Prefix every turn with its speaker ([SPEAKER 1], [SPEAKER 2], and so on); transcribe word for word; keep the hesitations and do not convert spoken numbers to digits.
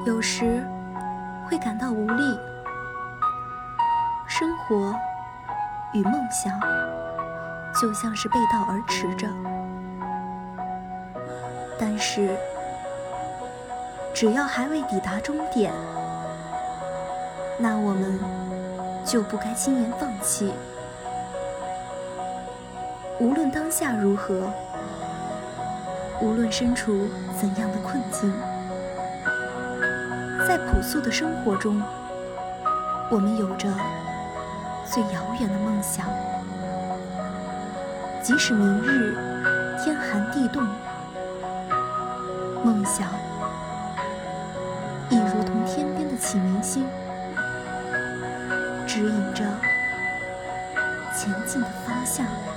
[SPEAKER 1] 有时会感到无力。生活与梦想就像是背道而驰着，但是只要还未抵达终点，那我们就不该轻言放弃。无论当下如何，无论身处怎样的困境，在朴素的生活中，我们有着最遥远的梦想。即使明日天寒地冻，梦想亦如同天边的启明星，指引着前进的方向。